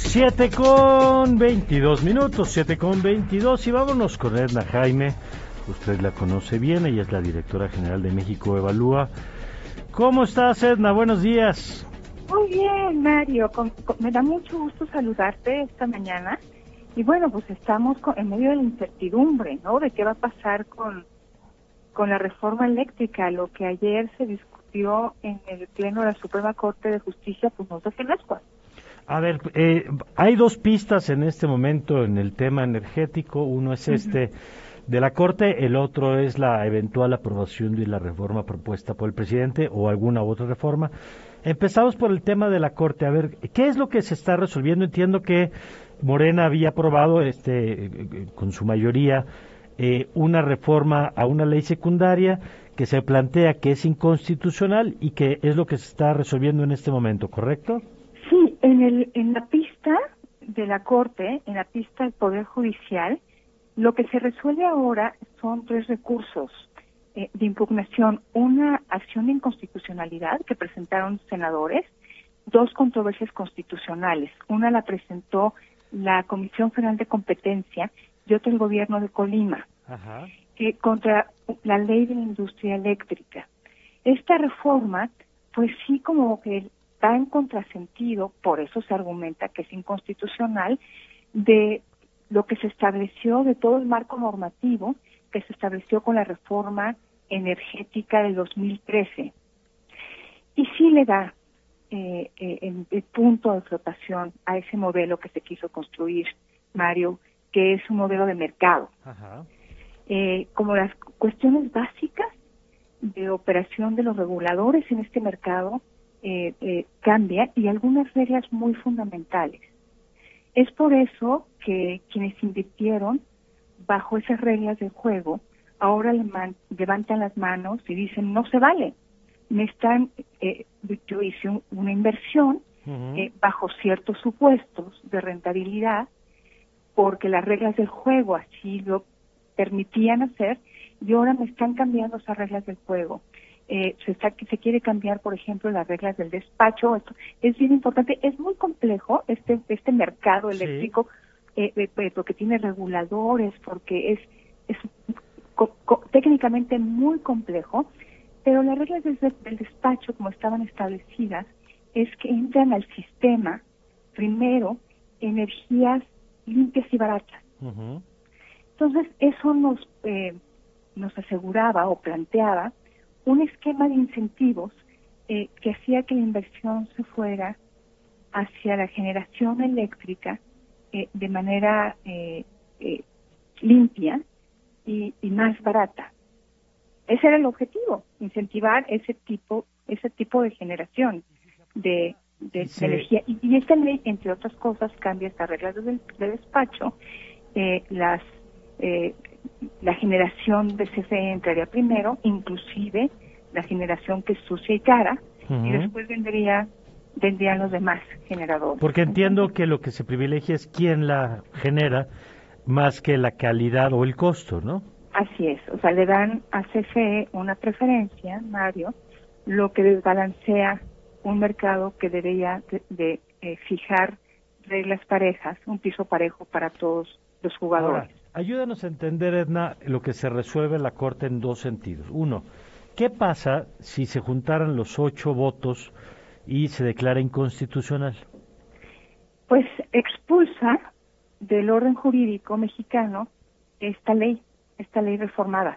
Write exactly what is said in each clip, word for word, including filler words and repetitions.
Siete con veintidós minutos, siete con veintidós y vámonos con Edna Jaime. Usted la conoce bien, ella es la directora general de México Evalúa. ¿Cómo estás, Edna? Buenos días. Muy bien, Mario. Con, con, me da mucho gusto saludarte esta mañana. Y bueno, pues estamos con, en medio de la incertidumbre, ¿no? De qué va a pasar con, con la reforma eléctrica, lo que ayer se discutió en el Pleno de la Suprema Corte de Justicia, pues no se hace ascuas. A ver, eh, hay dos pistas en este momento en el tema energético. Uno es este uh-huh. de la Corte, el otro es la eventual aprobación de la reforma propuesta por el presidente o alguna otra reforma. Empezamos por el tema de la Corte. A ver, ¿qué es lo que se está resolviendo? Entiendo que Morena había aprobado este con su mayoría eh, una reforma a una ley secundaria que se plantea que es inconstitucional y que es lo que se está resolviendo en este momento, ¿correcto? Sí, en, el, en la pista de la Corte, en la pista del Poder Judicial, lo que se resuelve ahora son tres recursos eh, de impugnación. Una acción de inconstitucionalidad que presentaron senadores, dos controversias constitucionales. Una la presentó la Comisión Federal de Competencia y otra el Gobierno de Colima, Ajá. Eh, contra la ley de la industria eléctrica. Esta reforma, pues sí como que está en contrasentido, por eso se argumenta que es inconstitucional, de lo que se estableció, de todo el marco normativo que se estableció con la reforma energética del dos mil trece. Y sí le da eh, eh, el, el punto de flotación a ese modelo que se quiso construir, Mario, que es un modelo de mercado. Ajá. Eh, como las cuestiones básicas de operación de los reguladores en este mercado, Eh, eh, cambia y algunas reglas muy fundamentales. Es por eso que quienes invirtieron bajo esas reglas del juego ahora le man, levantan las manos y dicen no se vale. Me están, eh, yo hice un, una inversión uh-huh. eh, bajo ciertos supuestos de rentabilidad porque las reglas del juego así lo permitían hacer y ahora me están cambiando esas reglas del juego. Eh, se, está, se quiere cambiar, por ejemplo, las reglas del despacho. Esto es bien importante. Es muy complejo este este mercado eléctrico, sí. eh, eh, porque tiene reguladores, porque es, es co, co, técnicamente muy complejo, pero las reglas del, del despacho, como estaban establecidas, es que entran al sistema, primero, energías limpias y baratas. Uh-huh. Entonces, eso nos, eh, nos aseguraba o planteaba un esquema de incentivos eh, que hacía que la inversión se fuera hacia la generación eléctrica eh, de manera eh, eh, limpia y, y más barata. Ese era el objetivo, incentivar ese tipo ese tipo de generación de, de, sí. de energía. Y, y esta ley, entre otras cosas, cambia estas reglas de, de despacho, eh, las eh, la generación de C F E entraría primero, inclusive la generación que es sucia y cara, uh-huh. y después vendría vendrían los demás generadores. Porque entiendo que lo que se privilegia es quién la genera más que la calidad o el costo, ¿no? Así es, o sea, le dan a C F E una preferencia, Mario, lo que desbalancea un mercado que debería de, de eh, fijar reglas parejas, un piso parejo para todos los jugadores. Ahora, ayúdanos a entender, Edna, lo que se resuelve en la Corte en dos sentidos. Uno, ¿qué pasa si se juntaran los ocho votos y se declara inconstitucional? Pues expulsa del orden jurídico mexicano esta ley, esta ley reformada.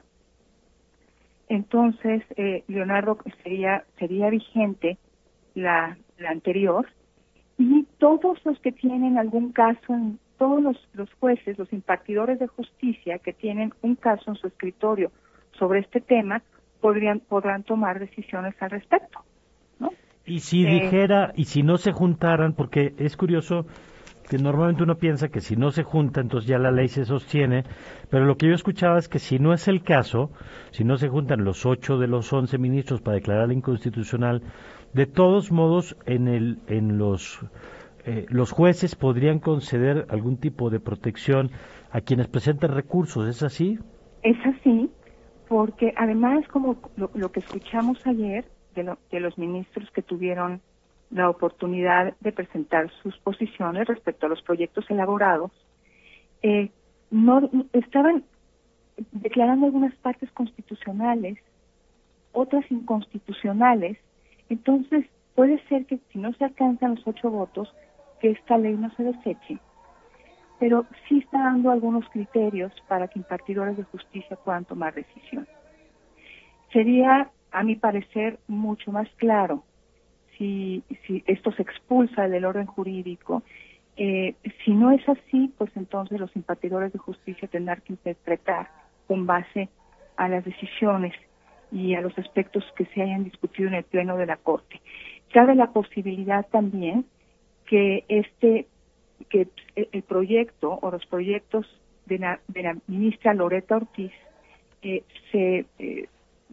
Entonces, eh, Leonardo, sería sería vigente la, la anterior, y todos los que tienen algún caso en todos los, los jueces, los impartidores de justicia que tienen un caso en su escritorio sobre este tema, podrían podrán tomar decisiones al respecto, ¿no? Y si eh, dijera, y si no se juntaran, porque es curioso que normalmente uno piensa que si no se junta, entonces ya la ley se sostiene, pero lo que yo escuchaba es que si no es el caso, si no se juntan los ocho de los once ministros para declararla inconstitucional, de todos modos, en el en los eh, los jueces podrían conceder algún tipo de protección a quienes presentan recursos, ¿es así? Es así, porque además, como lo, lo que escuchamos ayer de, lo, de los ministros que tuvieron la oportunidad de presentar sus posiciones respecto a los proyectos elaborados, eh, no estaban declarando algunas partes constitucionales, otras inconstitucionales. Entonces, puede ser que si no se alcanzan los ocho votos, que esta ley no se deseche, pero sí está dando algunos criterios para que impartidores de justicia puedan tomar decisión. Sería, a mi parecer, mucho más claro si, si esto se expulsa del orden jurídico. Eh, si no es así, pues entonces los impartidores de justicia tendrán que interpretar con base a las decisiones y a los aspectos que se hayan discutido en el Pleno de la Corte. Cabe la posibilidad también que este que el proyecto o los proyectos de la, de la ministra Loretta Ortiz eh, se eh,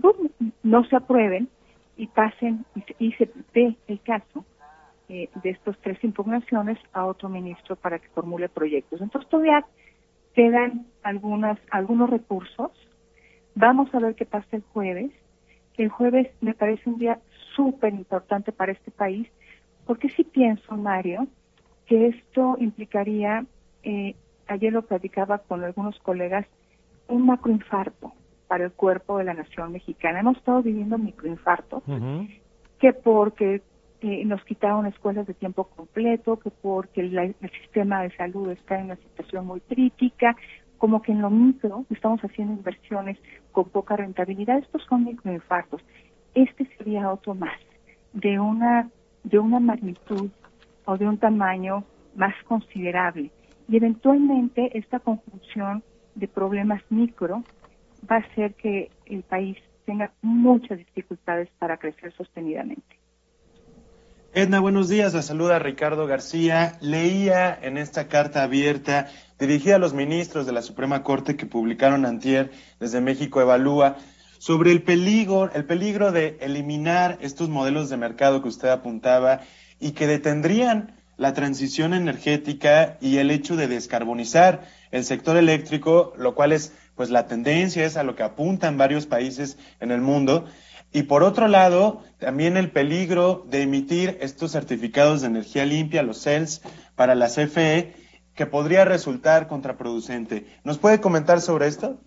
no se aprueben y pasen y se, y se dé el caso eh, de estas tres impugnaciones a otro ministro para que formule proyectos. Entonces todavía quedan algunas algunos recursos. Vamos a ver qué pasa el jueves. El jueves me parece un día súper importante para este país, porque sí pienso, Mario, que esto implicaría, eh, ayer lo platicaba con algunos colegas, un macroinfarto para el cuerpo de la nación mexicana. Hemos estado viviendo microinfartos, uh-huh. que porque eh, nos quitaron escuelas de tiempo completo, que porque la, el sistema de salud está en una situación muy crítica, como que en lo micro estamos haciendo inversiones con poca rentabilidad. Estos son microinfartos. Este sería otro más, de una, de una magnitud o de un tamaño más considerable. Y eventualmente esta conjunción de problemas micro va a hacer que el país tenga muchas dificultades para crecer sostenidamente. Edna, buenos días. La saluda Ricardo García. Leía en esta carta abierta dirigida a los ministros de la Suprema Corte que publicaron antier desde México Evalúa sobre el peligro, el peligro de eliminar estos modelos de mercado que usted apuntaba y que detendrían la transición energética y el hecho de descarbonizar el sector eléctrico, lo cual es pues la tendencia, es a lo que apuntan varios países en el mundo. Y por otro lado, también el peligro de emitir estos certificados de energía limpia, los C E Ls, para la C F E, que podría resultar contraproducente. ¿Nos puede comentar sobre esto?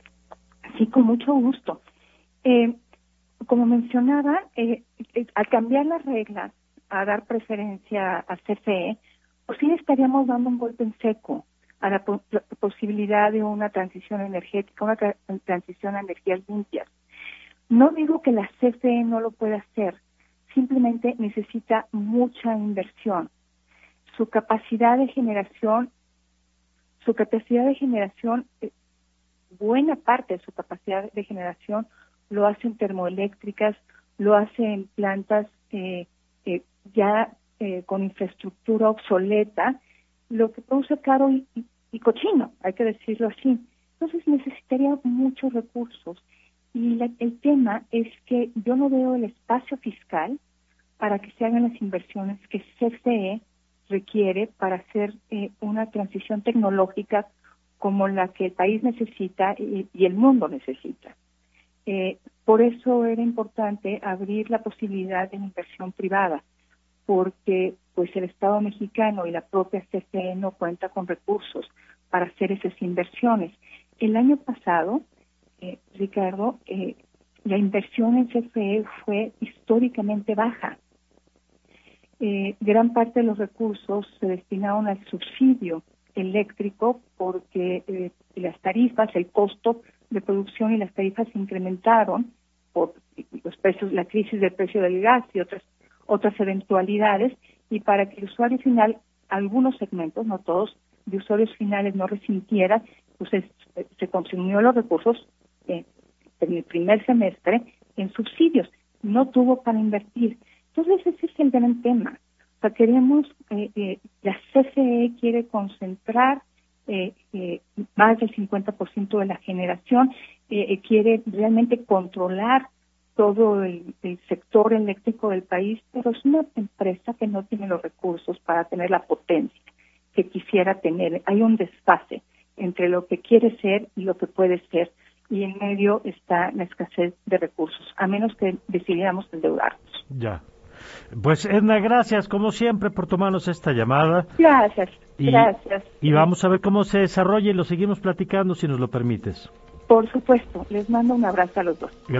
Sí, con mucho gusto. Eh, como mencionaba, eh, eh, al cambiar las reglas, a dar preferencia a C F E, pues sí estaríamos dando un golpe en seco a la, po- la posibilidad de una transición energética, una tra- transición a energías limpias. No digo que la C F E no lo pueda hacer, simplemente necesita mucha inversión. Su capacidad de generación, su capacidad de generación, eh, buena parte de su capacidad de generación lo hace en termoeléctricas, lo hace en plantas eh, eh, ya eh, con infraestructura obsoleta, lo que produce caro y, y, y cochino, hay que decirlo así. Entonces necesitaría muchos recursos. Y la, el tema es que yo no veo el espacio fiscal para que se hagan las inversiones que C F E requiere para hacer eh, una transición tecnológica como la que el país necesita y, y el mundo necesita. Eh, por eso era importante abrir la posibilidad de inversión privada, porque pues el Estado mexicano y la propia C F E no cuenta con recursos para hacer esas inversiones. El año pasado, eh, Ricardo, eh, la inversión en C F E fue históricamente baja. Eh, gran parte de los recursos se destinaron al subsidio eléctrico porque eh, las tarifas, el costo de producción y las tarifas se incrementaron por los precios, la crisis del precio del gas y otras otras eventualidades, y para que el usuario final, algunos segmentos, no todos, de usuarios finales no resintieran, pues se, se consumió los recursos eh, en el primer semestre en subsidios, no tuvo para invertir. Entonces ese es el gran tema. O sea, queremos, eh, eh, la C F E quiere concentrar eh, eh, más del cincuenta por ciento de la generación, eh, eh, quiere realmente controlar todo el, el sector eléctrico del país, pero es una empresa que no tiene los recursos para tener la potencia que quisiera tener. Hay un desfase entre lo que quiere ser y lo que puede ser, y en medio está la escasez de recursos, a menos que decidiéramos endeudarnos. Ya. Pues Edna, gracias como siempre por tomarnos esta llamada. Gracias, y, gracias. Y vamos a ver cómo se desarrolla y lo seguimos platicando si nos lo permites. Por supuesto, les mando un abrazo a los dos.